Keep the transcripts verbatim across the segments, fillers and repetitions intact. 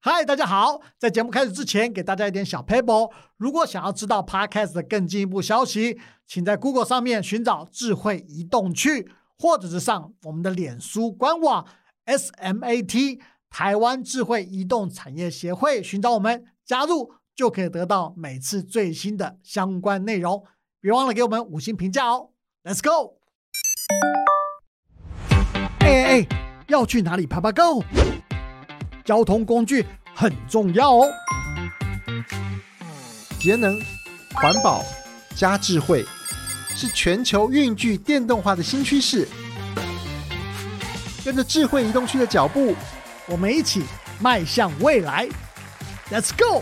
嗨，大家好！在节目开始之前，给大家一点小 paper。如果想要知道 Podcast 的更进一步消息，请在 Google 上面寻找智慧移动趣，或者是上我们的脸书官网 S M A T 台湾智慧移动产业协会，寻找我们加入，就可以得到每次最新的相关内容。别忘了给我们五星评价哦 ！Let's go！ 哎哎哎，要去哪里爬爬 Go？交通工具很重要哦， 节能、环保加智慧是全球运具电动化的新趋势。跟着智慧移动区的脚步， 我们一起迈向未来。Let's go！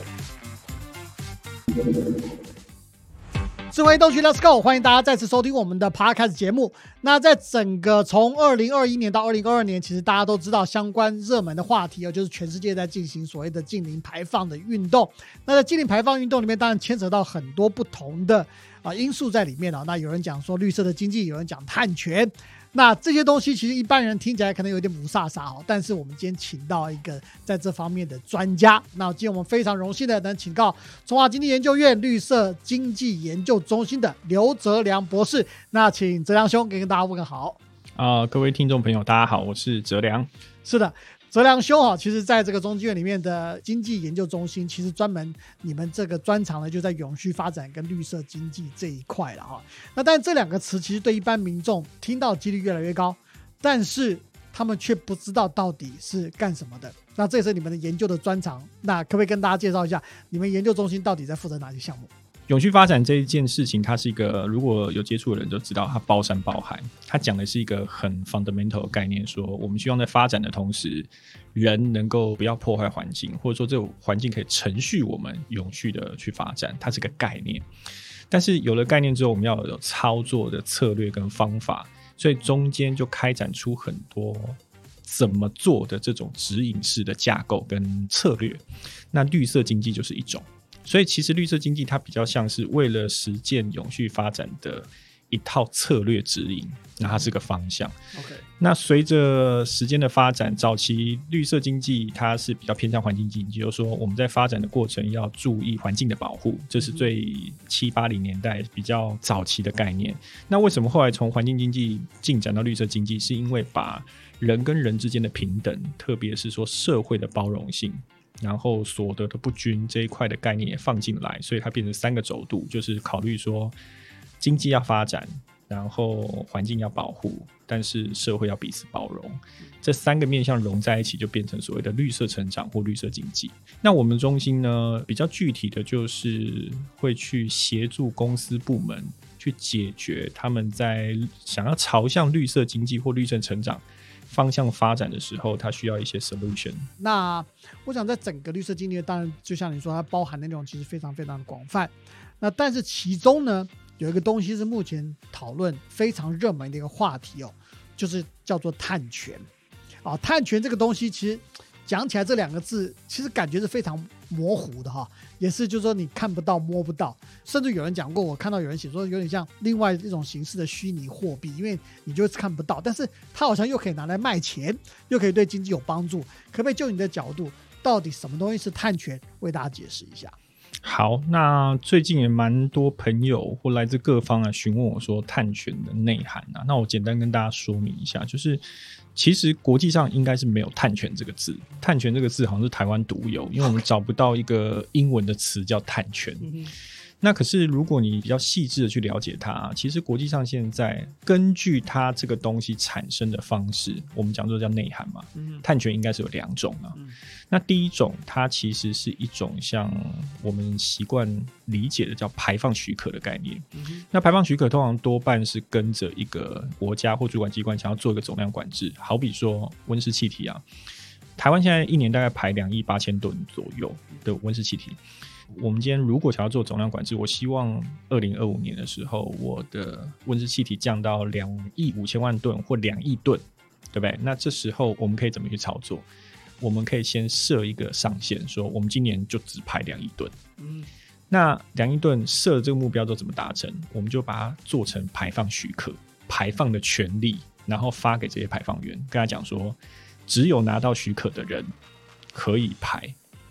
智慧移动区 Let's go！ 欢迎大家再次收听我们的 Podcast 节目。那在整个从二零二一年到二零二二年，其实大家都知道相关热门的话题，就是全世界在进行所谓的净零排放的运动。那在净零排放运动里面，当然牵扯到很多不同的、呃、因素在里面、哦、那有人讲说绿色的经济，有人讲碳权。那这些东西其实一般人听起来可能有点不飒飒哦，但是我们今天请到一个在这方面的专家。那今天我们非常荣幸的能请到中华经济研究院绿色经济研究中心的刘哲良博士。那请哲良兄跟大家问个好。 呃、各位听众朋友大家好，我是哲良。 是的，哲良兄啊，其实在这个中经院里面的经济研究中心，其实专门你们这个专长呢，就在永续发展跟绿色经济这一块了哈。那但这两个词其实对一般民众听到几率越来越高，但是他们却不知道到底是干什么的。那这也是你们的研究的专长，那可不可以跟大家介绍一下你们研究中心到底在负责哪些项目？ 永续发展这一件事情，它是一个如果有接触的人都知道，它包山包海。它讲的是一个很 fundamental 的概念，说我们希望在发展的同时，人能够不要破坏环境，或者说这个环境可以承续我们永续的去发展，它是个概念。但是有了概念之后，我们要有操作的策略跟方法，所以中间就开展出很多怎么做的这种指引式的架构跟策略。那绿色经济就是一种。所以其实绿色经济它比较像是为了实践永续发展的一套策略指引，那它是个方向。 Okay. 那随着时间的发展，早期绿色经济它是比较偏向环境经济，就是说我们在发展的过程要注意环境的保护，这是最七八零年代比较早期的概念。那为什么后来从环境经济进展到绿色经济，是因为把人跟人之间的平等，特别是说社会的包容性，然后所得的不均这一块的概念也放进来，所以它变成三个轴度，就是考虑说经济要发展，然后环境要保护，但是社会要彼此包容，这三个面向融在一起，就变成所谓的绿色成长或绿色经济。那我们中心呢，比较具体的就是会去协助公司部门去解决他们在想要朝向绿色经济或绿色成长方向发展的时候，它需要一些 solution。 那我想在整个绿色经济，当然就像你说，它包含的内容其实非常非常的广泛。那但是其中呢，有一个东西是目前讨论非常热门的一个话题哦，就是叫做碳权啊。碳权这个东西其实讲起来这两个字其实感觉是非常模糊的哈，也是就是说你看不到摸不到，甚至有人讲过，我看到有人写说有点像另外一种形式的虚拟货币，因为你就看不到，但是它好像又可以拿来卖钱，又可以对经济有帮助。可不可以就你的角度，到底什么东西是碳权，为大家解释一下？ 好，那最近也蛮多朋友或来自各方啊询问我说碳权的内涵啊，那我简单跟大家说明一下，就是其实国际上应该是没有碳权这个字，碳权这个字好像是台湾独有，因为我们找不到一个英文的词叫碳权。嗯，那可是如果你比较细致的去了解它，其实国际上现在根据它这个东西产生的方式，我们讲做叫内涵嘛，碳权应该是有两种啊。那第一种它其实是一种像我们习惯理解的叫排放许可的概念。那排放许可通常多半是跟着一个国家或主管机关想要做一个总量管制，好比说温室气体啊，台湾现在一年大概排两亿八千吨左右的温室气体。我们今天如果想要做总量管制，我希望二零二五年的时候我的温室气体降到两亿五千万吨或两亿吨，对不对？那这时候我们可以怎么去操作？我们可以先设一个上限，说我们今年就只排两亿吨。嗯，那两亿吨设这个目标都怎么达成？我们就把它做成排放许可，排放的权利，然后发给这些排放员，跟他讲说，只有拿到许可的人可以排。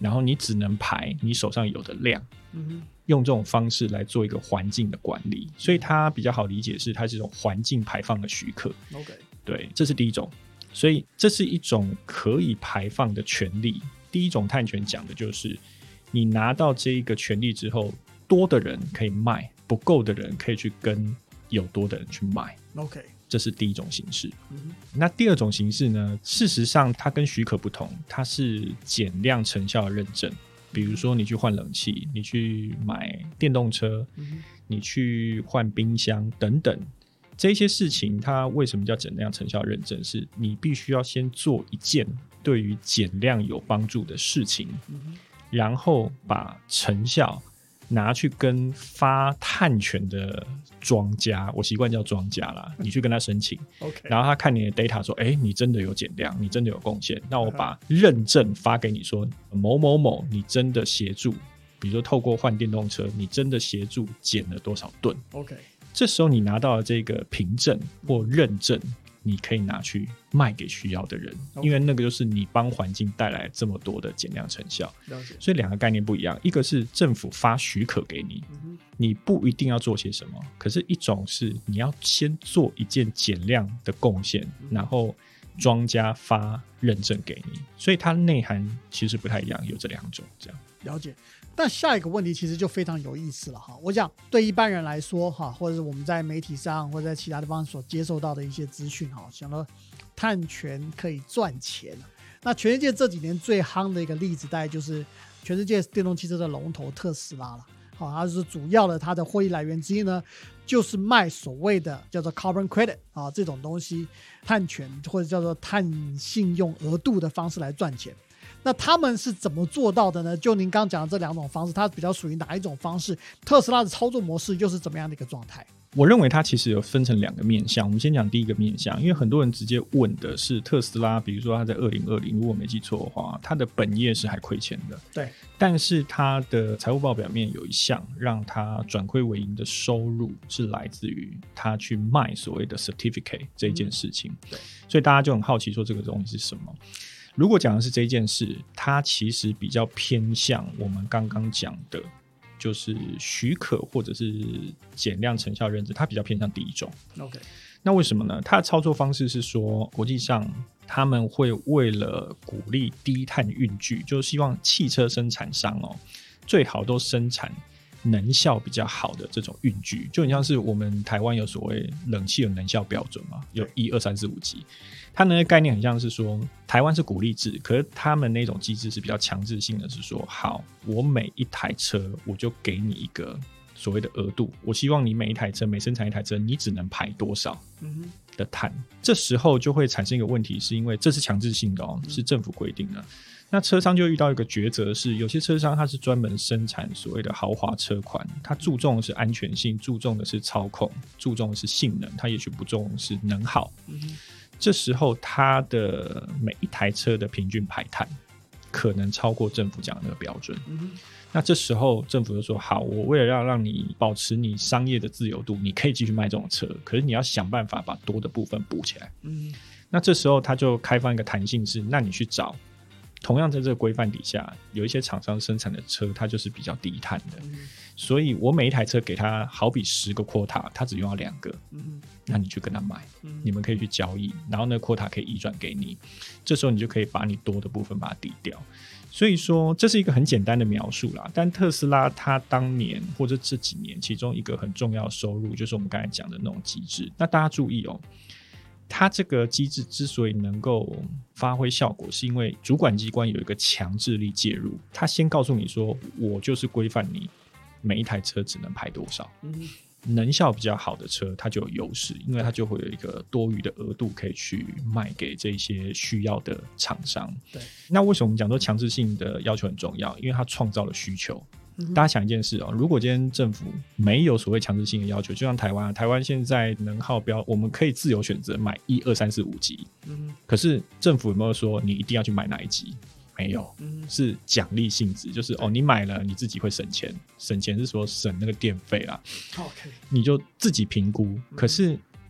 然后你只能排你手上有的量， 嗯哼， 用这种方式来做一个环境的管理，所以它比较好理解是它是一种环境排放的许可。 OK， 对，这是第一种，所以这是一种可以排放的权利。第一种碳权讲的就是你拿到这一个权利之后，多的人可以卖，不够的人可以去跟有多的人去买。 OK， 这是第一种形式。 嗯那第二种形式呢，事实上它跟许可不同，它是减量成效的认证。比如说你去换冷气，你去买电动车， 嗯你去换冰箱等等，这些事情它为什么叫减量成效认证？是你必须要先做一件对于减量有帮助的事情， 嗯然后把成效拿去跟发碳权的庄家，我习惯叫庄家啦，你去跟他申请， OK， 然后他看你的 data 说，哎，你真的有减量，你真的有贡献，那我把认证发给你说，某某某，你真的协助，比如说透过换电动车，你真的协助减了多少吨。 OK， 这时候你拿到了这个凭证或认证，你可以拿去卖给需要的人， OK 因为那个就是你帮环境带来这么多的减量成效。 了解。 所以两个概念不一样，一个是政府发许可给你， 嗯你不一定要做些什么，可是一种是你要先做一件减量的贡献，然后庄家发认证给你，所以它内涵其实不太一样，有这两种这样。 了解。但下一个问题其实就非常有意思了哈。我想对一般人来说哈，或者是我们在媒体上或者在其他地方所接受到的一些资讯哈，想到碳权可以赚钱。那全世界这几年最夯的一个例子，大概就是全世界电动汽车的龙头特斯拉了。好，它就是主要的它的获利来源之一呢，就是卖所谓的叫做 carbon credit 啊这种东西，碳权或者叫做碳信用额度的方式来赚钱。那他们是怎么做到的呢？就您刚讲的这两种方式，它比较属于哪一种方式？特斯拉的操作模式又是怎么样的一个状态？ 我认为它其实有分成两个面向，我们先讲第一个面向，因为很多人直接问的是特斯拉，比如说它在二零二零，如果没记错的话，它的本业是还亏钱的， 对， 但是它的财务报表面有一项让它转亏为盈的收入是来自于它去卖所谓的 certificate 这一件事情， 嗯、对， 所以大家就很好奇说这个东西是什么。如果讲的是这一件事，它其实比较偏向我们刚刚讲的，就是许可或者是减量成效认证，它比较偏向第一种。 OK， 那为什么呢？它的操作方式是说，国际上他们会为了鼓励低碳运具，就是希望汽车生产商哦，最好都生产能效比较好的这种运具，就很像是我们台湾有所谓冷气有能效标准嘛，有一二三四五级。它那个概念很像是说，台湾是鼓励制，可是他们那种机制是比较强制性的，是说，好，我每一台车我就给你一个所谓的额度，我希望你每一台车每生产一台车，你只能排多少的碳。嗯、这时候就会产生一个问题，是因为这是强制性的哦，是政府规定的。那车商就遇到一个抉择，是有些车商它是专门生产所谓的豪华车款，它注重的是安全性，注重的是操控，注重的是性能，它也许不重视能耗。嗯、这时候它的每一台车的平均排碳可能超过政府讲的那个标准。嗯、那这时候政府就说，好，我为了要让你保持你商业的自由度，你可以继续卖这种车，可是你要想办法把多的部分补起来。嗯、那这时候他就开放一个弹性是，那你去找同样在这个规范底下，有一些厂商生产的车它就是比较低碳的。嗯、所以我每一台车给他好比十个 quota， 他只用到两个。嗯、那你去跟他买。嗯、你们可以去交易，然后那个 quota 可以移转给你，这时候你就可以把你多的部分把它抵掉。所以说这是一个很简单的描述啦，但特斯拉它当年或者这几年其中一个很重要的收入就是我们刚才讲的那种机制。那大家注意哦，它这个机制之所以能够发挥效果，是因为主管机关有一个强制力介入，他先告诉你说，我就是规范你每一台车只能排多少。嗯、能效比较好的车它就有优势，因为它就会有一个多余的额度可以去卖给这些需要的厂商。对，那为什么我们讲说强制性的要求很重要？因为它创造了需求。嗯、大家想一件事哦，如果今天政府没有所谓强制性的要求，就像台湾、啊，台湾现在能耗标，我们可以自由选择买一二三四五级。嗯、可是政府有没有说你一定要去买哪一级？没有，嗯、是奖励性质，就是哦，你买了你自己会省钱，省钱是说省那个电费啦。OK， 你就自己评估。可是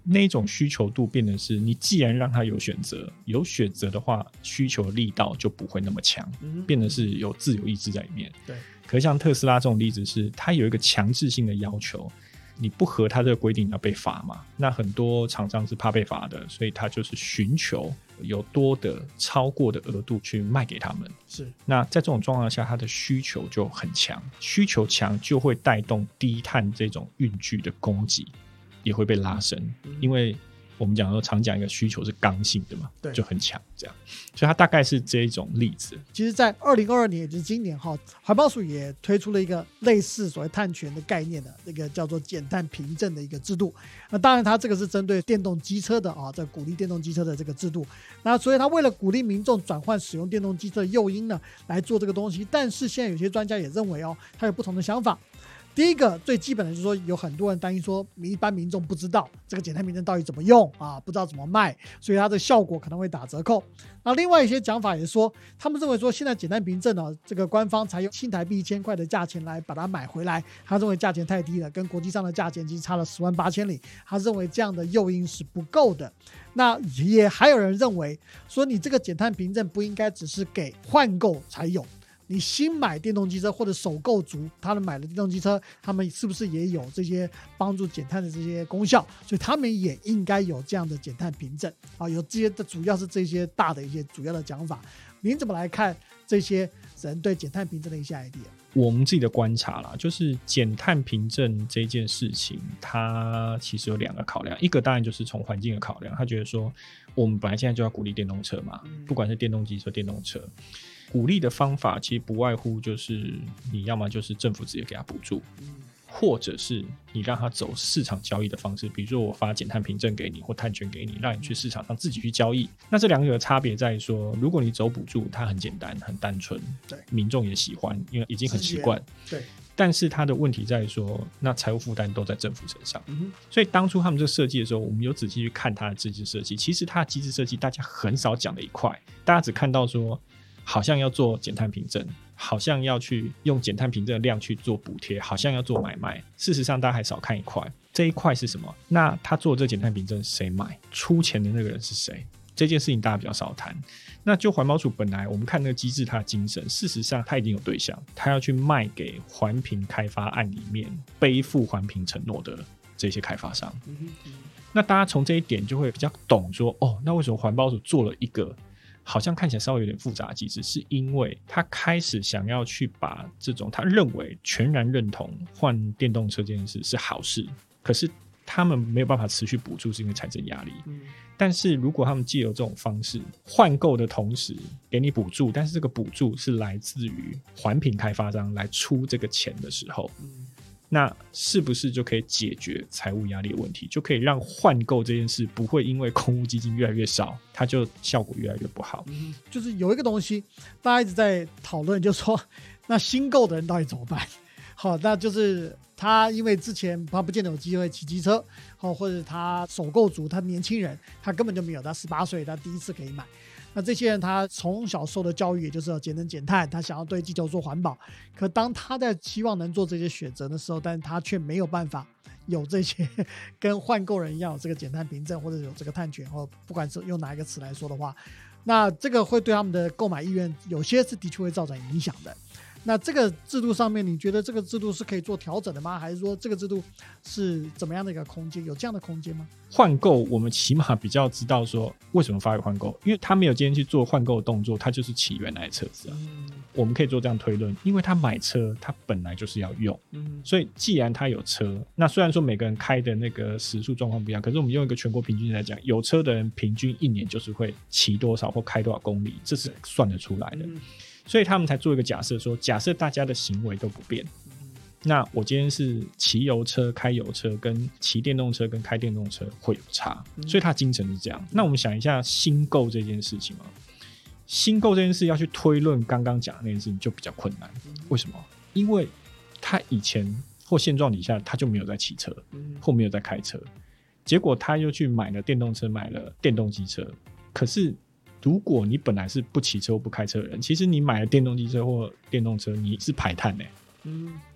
那种需求度变成是你既然让他有选择，有选择的话，需求力道就不会那么强，嗯、变成是有自由意志在里面。 对， 可是像特斯拉这种例子是，它有一个强制性的要求，你不合它这个规定要被罚嘛？那很多厂商是怕被罚的，所以他就是寻求有多的超过的额度去卖给他们。 是， 那在这种状况下，它的需求就很强，需求强就会带动低碳这种运具的供给也会被拉升，嗯、因为我们讲说常讲一个需求是刚性的嘛，对，就很强这样，所以它大概是这一种例子。 其实在二零二二年也就是今年哈，环保署也推出了一个类似所谓碳权的概念的那个叫做减碳凭证的一个制度。那当然它这个是针对电动机车的啊，这鼓励电动机车的这个制度。那所以它为了鼓励民众转换使用电动机车的诱因呢，来做这个东西。但是现在有些专家也认为哦，它有不同的想法。第一个最基本的就是说，有很多人担心说，一般民众不知道这个减碳凭证到底怎么用啊，不知道怎么卖，所以它的效果可能会打折扣。那另外一些讲法也说，他们认为说，现在减碳凭证呢，这个官方采用新台币一千块的价钱来把它买回来，他认为价钱太低了，跟国际上的价钱其实差了十万八千里，他认为这样的诱因是不够的。那也还有人认为说，你这个减碳凭证不应该只是给换购才有。你新买电动机车或者首购族，他们买了电动机车，他们是不是也有这些帮助减碳的这些功效？所以他们也应该有这样的减碳凭证啊，有这些的，主要是这些大的一些主要的讲法。您怎么来看这些人对减碳凭证的一些 idea？ 我们自己的观察啦，就是减碳凭证这件事情，它其实有两个考量，一个当然就是从环境的考量，他觉得说，我们本来现在就要鼓励电动车嘛，不管是电动机车、电动车。鼓励的方法其实不外乎就是你要么就是政府直接给他补助，或者是你让他走市场交易的方式，比如说我发减碳凭证给你或碳权给你，让你去市场上自己去交易。那这两个的差别在于说，如果你走补助，它很简单很单纯，对，民众也喜欢，因为已经很习惯，对。但是它的问题在于说，那财务负担都在政府身上，嗯、所以当初他们这个设计的时候，我们有仔细去看它的机制设计，其实它的机制设计大家很少讲的一块，大家只看到说好像要做减碳凭证，好像要去用减碳凭证的量去做补贴，好像要做买卖，事实上大家还少看一块，这一块是什么？那他做这减碳凭证谁买？出钱的那个人是谁？这件事情大家比较少谈。那就环保署本来我们看那个机制，它的精神，事实上它已经有对象，它要去卖给环评开发案里面背负环评承诺的这些开发商。嗯嗯，那大家从这一点就会比较懂说，哦，那为什么环保署做了一个好像看起来稍微有点复杂的机制，是因为他开始想要去把这种他认为全然认同换电动车这件事是好事，可是他们没有办法持续补助是因为财政压力、嗯、但是如果他们藉由这种方式换购的同时给你补助，但是这个补助是来自于环评开发商来出这个钱的时候、嗯，那是不是就可以解决财务压力的问题，就可以让换购这件事不会因为空污基金越来越少它就效果越来越不好、嗯、 就是有一个东西大家一直在讨论，就是说那新购的人到底怎么办？好，那就是他因为之前他不见得有机会骑机车，或者他首购族，他年轻人他根本就没有，他十八岁他第一次可以买，那这些人他从小受的教育也就是要节能减碳，他想要对地球做环保，可当他在希望能做这些选择的时候，但他却没有办法有这些跟换购人一样有这个减碳凭证或者有这个碳权，或不管是用哪一个词来说的话，那这个会对他们的购买意愿有些是的确会造成影响的。那这个制度上面你觉得这个制度是可以做调整的吗？还是说这个制度是怎么样的一个空间，有这样的空间吗？ 换购我们起码比较知道说为什么发给换购，因为他没有今天去做换购的动作，他就是骑原来的车子啊、嗯、我们可以做这样推论，因为他买车他本来就是要用、嗯、所以既然他有车，那虽然说每个人开的那个时速状况不一样，可是我们用一个全国平均来讲，有车的人平均一年就是会骑多少或开多少公里，这是算得出来的、嗯，所以他们才做一个假设说，假设大家的行为都不变、嗯、那我今天是骑油车开油车跟骑电动车跟开电动车会有差、嗯、所以他精神是这样、嗯、那我们想一下新购这件事情、啊、新购这件事要去推论刚刚讲的那件事情就比较困难、嗯、为什么？因为他以前或现状底下他就没有在骑车、嗯、或没有在开车，结果他又去买了电动车买了电动机车，可是如果你本来是不骑车或不开车的人，其实你买了电动机车或电动车你是排碳、欸、嗯，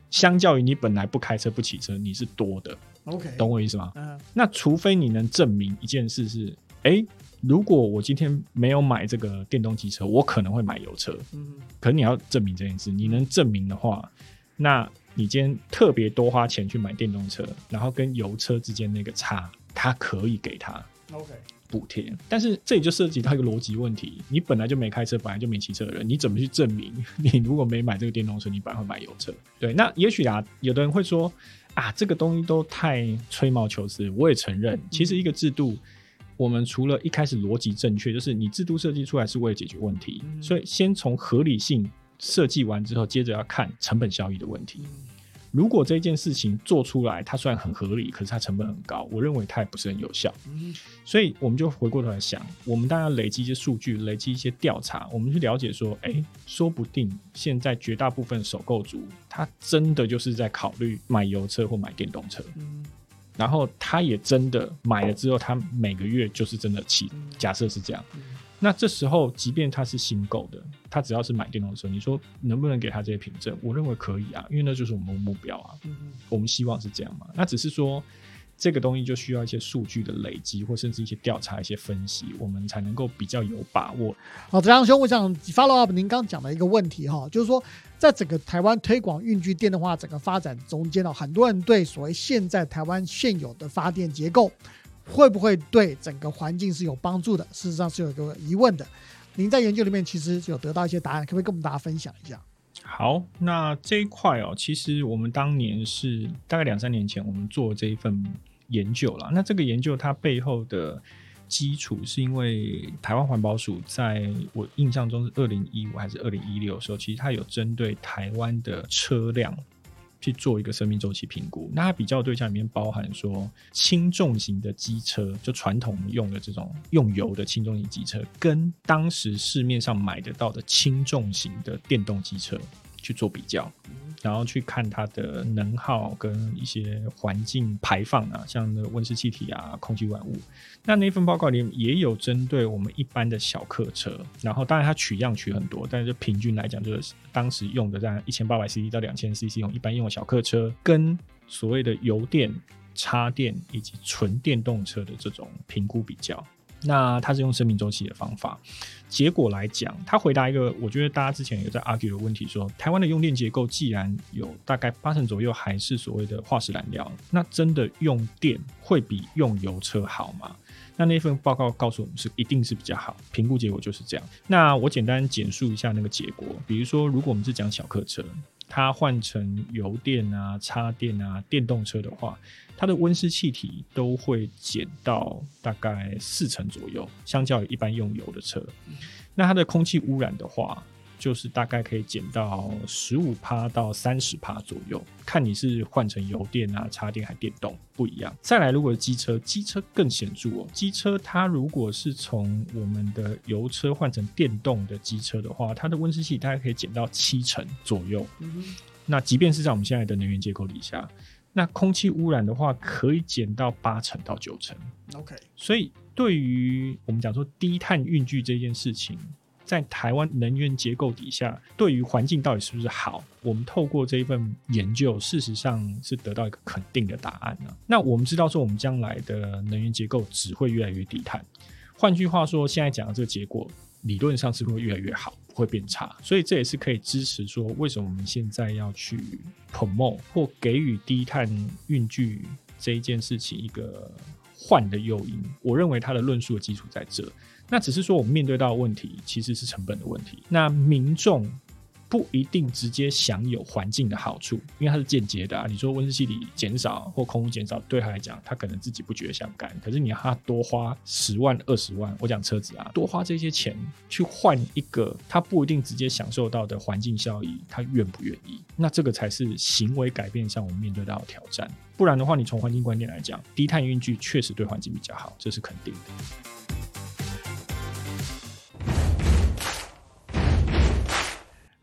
相较于你本来不开车不骑车，你是多的。 OK， 懂我意思吗？ 嗯， 那除非你能证明一件事是，哎，如果我今天没有买这个电动机车，我可能会买油车。嗯，可是你要证明这件事，你能证明的话，那你今天特别多花钱去买电动车，然后跟油车之间那个差，它可以给它 OK 补贴。但是这里就涉及到一个逻辑问题，你本来就没开车，本来就没骑车的人，你怎么去证明你如果没买这个电动车，你本来会买油车？对，那也许啊，有的人会说啊，这个东西都太吹毛求疵。我也承认，其实一个制度，我们除了一开始逻辑正确，就是你制度设计出来是为了解决问题，嗯、所以先从合理性设计完之后，接着要看成本效益的问题。嗯、如果这件事情做出来，它虽然很合理，可是它成本很高，我认为它也不是很有效。嗯、所以我们就回过头来想，我们当然要累积一些数据，累积一些调查，我们去了解说，哎，说不定现在绝大部分首购族，他真的就是在考虑买油车或买电动车。嗯，然后他也真的买了之后，他每个月就是真的骑，假设是这样。嗯、那这时候，即便他是新购的，他只要是买电动车，你说能不能给他这些凭证？我认为可以啊，因为那就是我们的目标啊。嗯、我们希望是这样嘛。那只是说，这个东西就需要一些数据的累积，或甚至一些调查、一些分析，我们才能够比较有把握。 好，泽阳兄，我想 follow up 您刚讲的一个问题哈，就是说，在整个台湾推广运具电动化整个发展中间，很多人对所谓现在台湾现有的发电结构会不会对整个环境是有帮助的，事实上是有一个疑问的。您在研究里面其实有得到一些答案，可不可以跟我们大家分享一下？ 好，那这一块哦，其实我们当年是大概两三年前我们做这一份研究啦。那这个研究它背后的基础是因为台湾环保署在我印象中是二零一五还是二零一六的时候，其实它有针对台湾的车辆去做一个生命周期评估。那它比较对象里面包含说轻重型的机车，就传统用的这种用油的轻重型机车，跟当时市面上买得到的轻重型的电动机车去做比较，然后去看它的能耗跟一些环境排放啊，像那温室气体啊、空气污染物。那那份报告里面也有针对我们一般的小客车，然后当然它取样取很多，但是平均来讲，就是当时用的在一千八百 C C 到两千 C C 用一般用的小客车，跟所谓的油电、插电以及纯电动车的这种评估比较。那他是用生命周期的方法，结果来讲，他回答一个我觉得大家之前有在 argue 的问题，说台湾的用电结构既然有大概八成左右还是所谓的化石燃料，那真的用电会比用油车好吗？那那份报告告诉我们是一定是比较好，评估结果就是这样。那我简单简述一下那个结果，比如说如果我们是讲小客车，它换成油电啊、插电啊、电动车的话，它的温室气体都会减到大概四成左右，相较于一般用油的车。那它的空气污染的话，就是大概可以减到 百分之十五 到 百分之三十 左右，看你是换成油电啊、插电还电动不一样。再来，如果是机车，机车更显著哦。机车它如果是从我们的油车换成电动的机车的话，它的温室气体大概可以减到七成左右。嗯、那即便是在我们现在的能源结构底下，那空气污染的话可以减到八成到九成。OK， 所以对于我们讲说低碳运具这件事情，在台湾能源结构底下，对于环境到底是不是好，我们透过这一份研究，事实上是得到一个肯定的答案了。那我们知道说，我们将来的能源结构只会越来越低碳。换句话说，现在讲的这个结果，理论上是会越来越好，不会变差。所以这也是可以支持说，为什么我们现在要去 promote 或给予低碳运具这一件事情一个换的诱因。我认为它的论述的基础在这。那只是说我们面对到的问题其实是成本的问题，那民众不一定直接享有环境的好处，因为它是间接的啊。你说温室气体减少或空污减少，对他来讲他可能自己不觉得相干，可是你要他多花十万二十万，我讲车子啊，多花这些钱去换一个他不一定直接享受到的环境效益，他愿不愿意？那这个才是行为改变上我们面对到的挑战。不然的话，你从环境观点来讲，低碳运具确实对环境比较好，这是肯定的。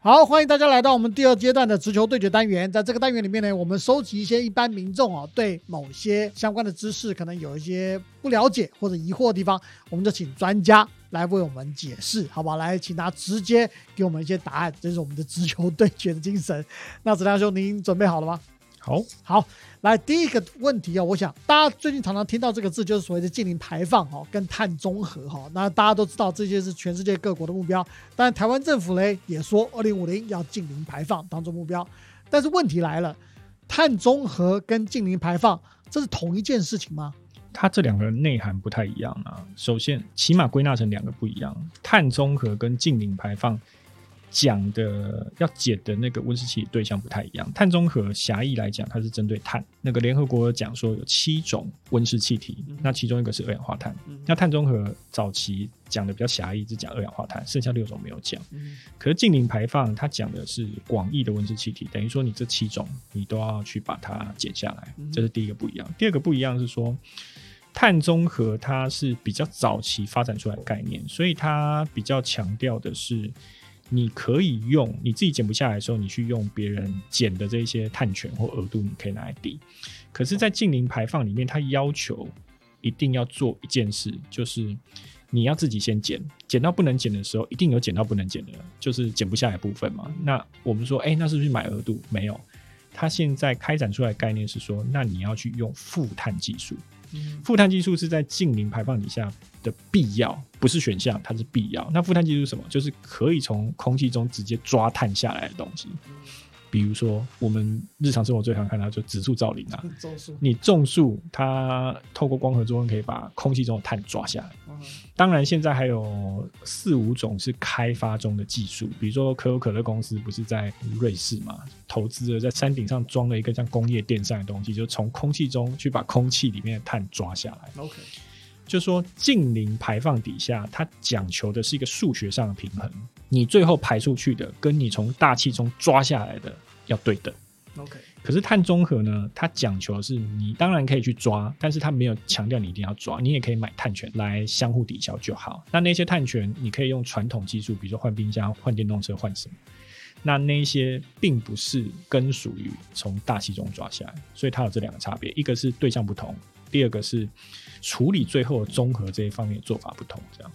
好，欢迎大家来到我们第二阶段的直球对决单元。在这个单元里面呢，我们收集一些一般民众哦对某些相关的知识可能有一些不了解或者疑惑的地方，我们就请专家来为我们解释，好不好？来，请他直接给我们一些答案，这是我们的直球对决的精神。那子亮兄，您准备好了吗？ 好， 好，来第一个问题哦，我想大家最近常常听到这个字，就是所谓的净零排放哦，跟碳中和哈。那大家都知道这些是全世界各国的目标，但台湾政府呢也说二零五零要净零排放当做目标。但是问题来了，碳中和跟净零排放这是同一件事情吗？ 它这两个内涵不太一样啊。首先，起码归纳成两个不一样，碳中和跟净零排放讲的要减的那个温室气体对象不太一样。碳中和狭义来讲，它是针对碳，那个联合国讲说有七种温室气体，那其中一个是二氧化碳。那碳中和早期讲的比较狭义，只讲二氧化碳，剩下六种没有讲。可是净零排放它讲的是广义的温室气体，等于说你这七种你都要去把它减下来，这是第一个不一样。第二个不一样是说，碳中和它是比较早期发展出来的概念，所以它比较强调的是你可以用你自己减不下来的时候，你去用别人减的这些碳权或额度，你可以拿来抵。可是在净零排放里面，它要求一定要做一件事，就是你要自己先减，减到不能减的时候，一定有减到不能减的，就是减不下来的部分嘛。那我们说，哎、欸，那是不是买额度？没有，它现在开展出来的概念是说，那你要去用负碳技术。负碳技术是在净零排放底下的必要，不是选项，它是必要。那负碳技术是什么？就是可以从空气中直接抓碳下来的东西。比如说我们日常生活最常看到就植树造林啊，你种树，它透过光合作用可以把空气中的碳抓下来。当然现在还有四五种是开发中的技术，比如说可口可乐公司不是在瑞士嘛，投资了在山顶上装了一个像工业电扇的东西，就从空气中去把空气里面的碳抓下来。 OK， 就说净零排放底下它讲求的是一个数学上的平衡，你最后排出去的跟你从大气中抓下来的要对等。 OK， 可是碳中和呢，它讲求的是你当然可以去抓，但是它没有强调你一定要抓，你也可以买碳权来相互抵消就好。那那些碳权你可以用传统技术，比如说换冰箱、换电动车、换什么，那那些并不是根属于从大气中抓下来，所以它有这两个差别，一个是对象不同，第二个是处理最后的综合这一方面的做法不同。这样。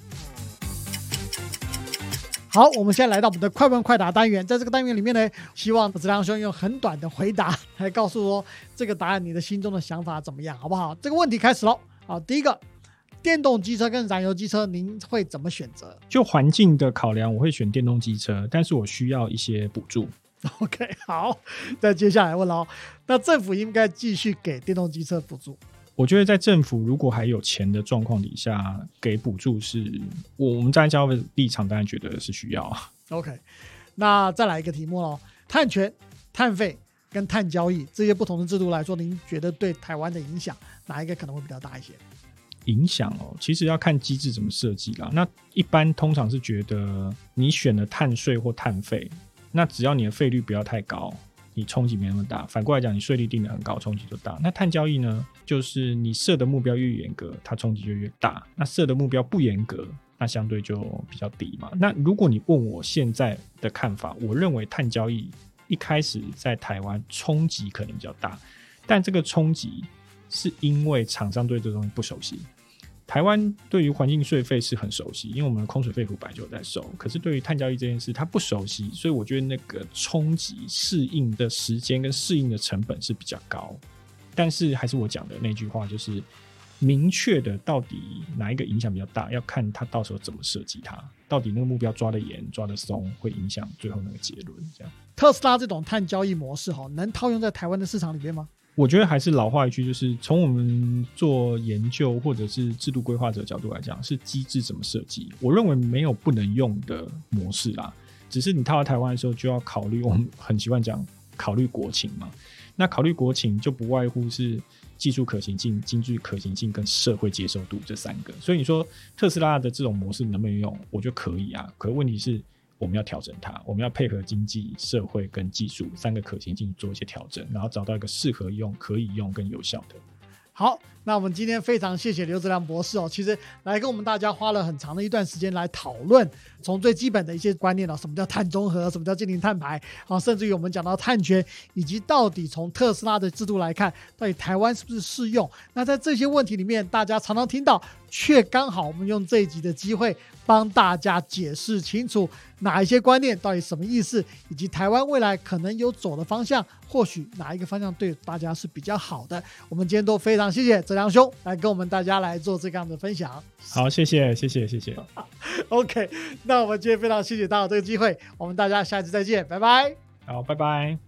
好，我们现在来到我们的快问快答单元，在这个单元里面呢，希望子亮兄用很短的回答来告诉我这个答案你的心中的想法怎么样，好不好？这个问题开始咯。好，第一个，电动机车跟燃油机车您会怎么选择？ 就环境的考量，我会选电动机车，但是我需要一些补助。 OK， 好，那接下来问了，那政府应该继续给电动机车补助？ 我觉得在政府如果还有钱的状况底下给补助，是我我们站在交的立场当然觉得是需要。 OK， 那再来一个题目咯，碳权、碳费跟碳交易这些不同的制度来说，您觉得对台湾的影响哪一个可能会比较大一些？ 影响哦，其实要看机制怎么设计啦。那一般通常是觉得你选了碳税或碳费，那只要你的费率不要太高，你冲击没那么大。反过来讲，你税率定得很高，冲击就大。那碳交易呢，就是你设的目标越严格，它冲击就越大。那设的目标不严格，那相对就比较低嘛。那如果你问我现在的看法，我认为碳交易一开始在台湾冲击可能比较大，但这个冲击是因为厂商对这东西不熟悉。台湾对于环境税费是很熟悉，因为我们的空水废土本来就有在收，可是对于碳交易这件事他不熟悉，所以我觉得那个冲击适应的时间跟适应的成本是比较高。但是还是我讲的那句话，就是明确的到底哪一个影响比较大，要看他到时候怎么设计它，到底那个目标抓得严抓得松，会影响最后那个结论。这样特斯拉这种碳交易模式能套用在台湾的市场里面吗？ 我觉得还是老话一句，就是从我们做研究或者是制度规划者角度来讲，是机制怎么设计。我认为没有不能用的模式啦，只是你套到台湾的时候就要考虑，我们很习惯讲考虑国情嘛。那考虑国情就不外乎是技术可行性、经济可行性跟社会接受度这三个。所以你说特斯拉的这种模式能不能用，我觉得可以啊。可是问题是我们要调整它，我们要配合经济、社会跟技术三个可行性做一些调整，然后找到一个适合用、可以用跟有效的。 好，那我们今天非常谢谢刘哲良博士哦，其实来跟我们大家花了很长的一段时间来讨论，从最基本的一些观念哦，什么叫碳中和，什么叫净零碳排，啊，甚至于我们讲到碳权，以及到底从特斯拉的制度来看，到底台湾是不是适用？那在这些问题里面，大家常常听到，却刚好我们用这一集的机会帮大家解释清楚哪一些观念到底什么意思，以及台湾未来可能有走的方向，或许哪一个方向对大家是比较好的。我们今天都非常谢谢哲良兄来跟我们大家来做这样的分享。 好，谢谢谢谢谢谢。 OK， 那我们今天非常谢谢大家这个机会，我们大家下次再见，拜拜。 好，拜拜。